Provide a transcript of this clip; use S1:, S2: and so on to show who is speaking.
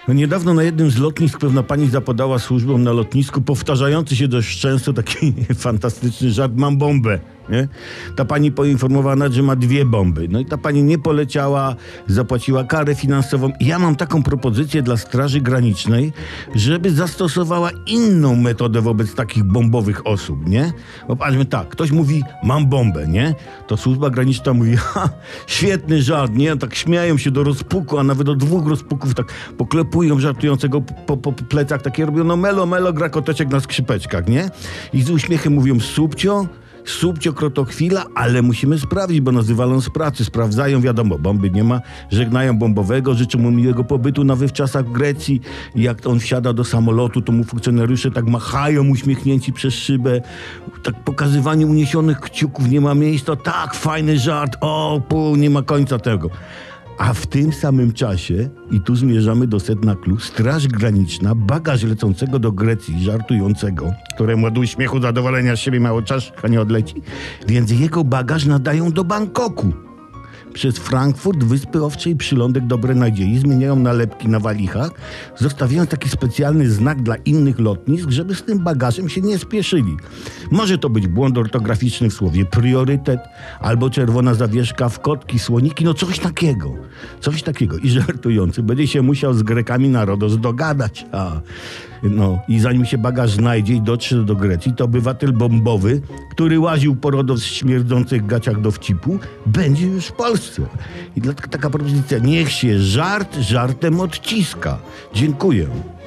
S1: No niedawno na jednym z lotnisk pewna pani zapodała służbom na lotnisku powtarzający się dość często taki fantastyczny żart: mam bombę, nie? Ta pani poinformowana, że ma 2 bomby. No i ta pani nie poleciała, zapłaciła karę finansową. I ja mam taką propozycję dla Straży Granicznej, żeby zastosowała inną metodę wobec takich bombowych osób, nie? Bo patrzmy tak, ktoś mówi: mam bombę, nie? To służba graniczna mówi: ha, świetny żart, nie? Tak śmieją się do rozpuku, a nawet do 2 rozpuków tak poklepują żartującego po plecach, takie robią: no melo, gra koteczek na skrzypeczkach, nie? I z uśmiechem mówią: subcio, krotochwila, ale musimy sprawdzić, bo nas wywalą z pracy. Sprawdzają, wiadomo, bomby nie ma, żegnają bombowego, życzą mu miłego pobytu na wywczasach w Grecji. I jak on wsiada do samolotu, to mu funkcjonariusze tak machają uśmiechnięci przez szybę. Tak pokazywanie uniesionych kciuków, nie ma miejsca. Tak, fajny żart, nie ma końca tego. A w tym samym czasie, i tu zmierzamy do sedna clou, Straż Graniczna bagaż lecącego do Grecji, żartującego, któremu od uśmiechu zadowolenia z siebie mało czaszka nie odleci, więc jego bagaż nadają do Bangkoku. Przez Frankfurt, Wyspy Owcze i przylądek Dobre Nadziei zmieniają nalepki na walichach, zostawiając taki specjalny znak dla innych lotnisk, żeby z tym bagażem się nie spieszyli. Może to być błąd ortograficzny w słowie priorytet, albo czerwona zawieszka w kotki, słoniki, no coś takiego. I żartujący będzie się musiał z Grekami na Rodos dogadać. I zanim się bagaż znajdzie i dotrze do Grecji, to obywatel bombowy, który łaził po Rodos w śmierdzących gaciach dowcipu, będzie już w Polsce. I dlatego taka propozycja: niech się żart żartem odciska. Dziękuję.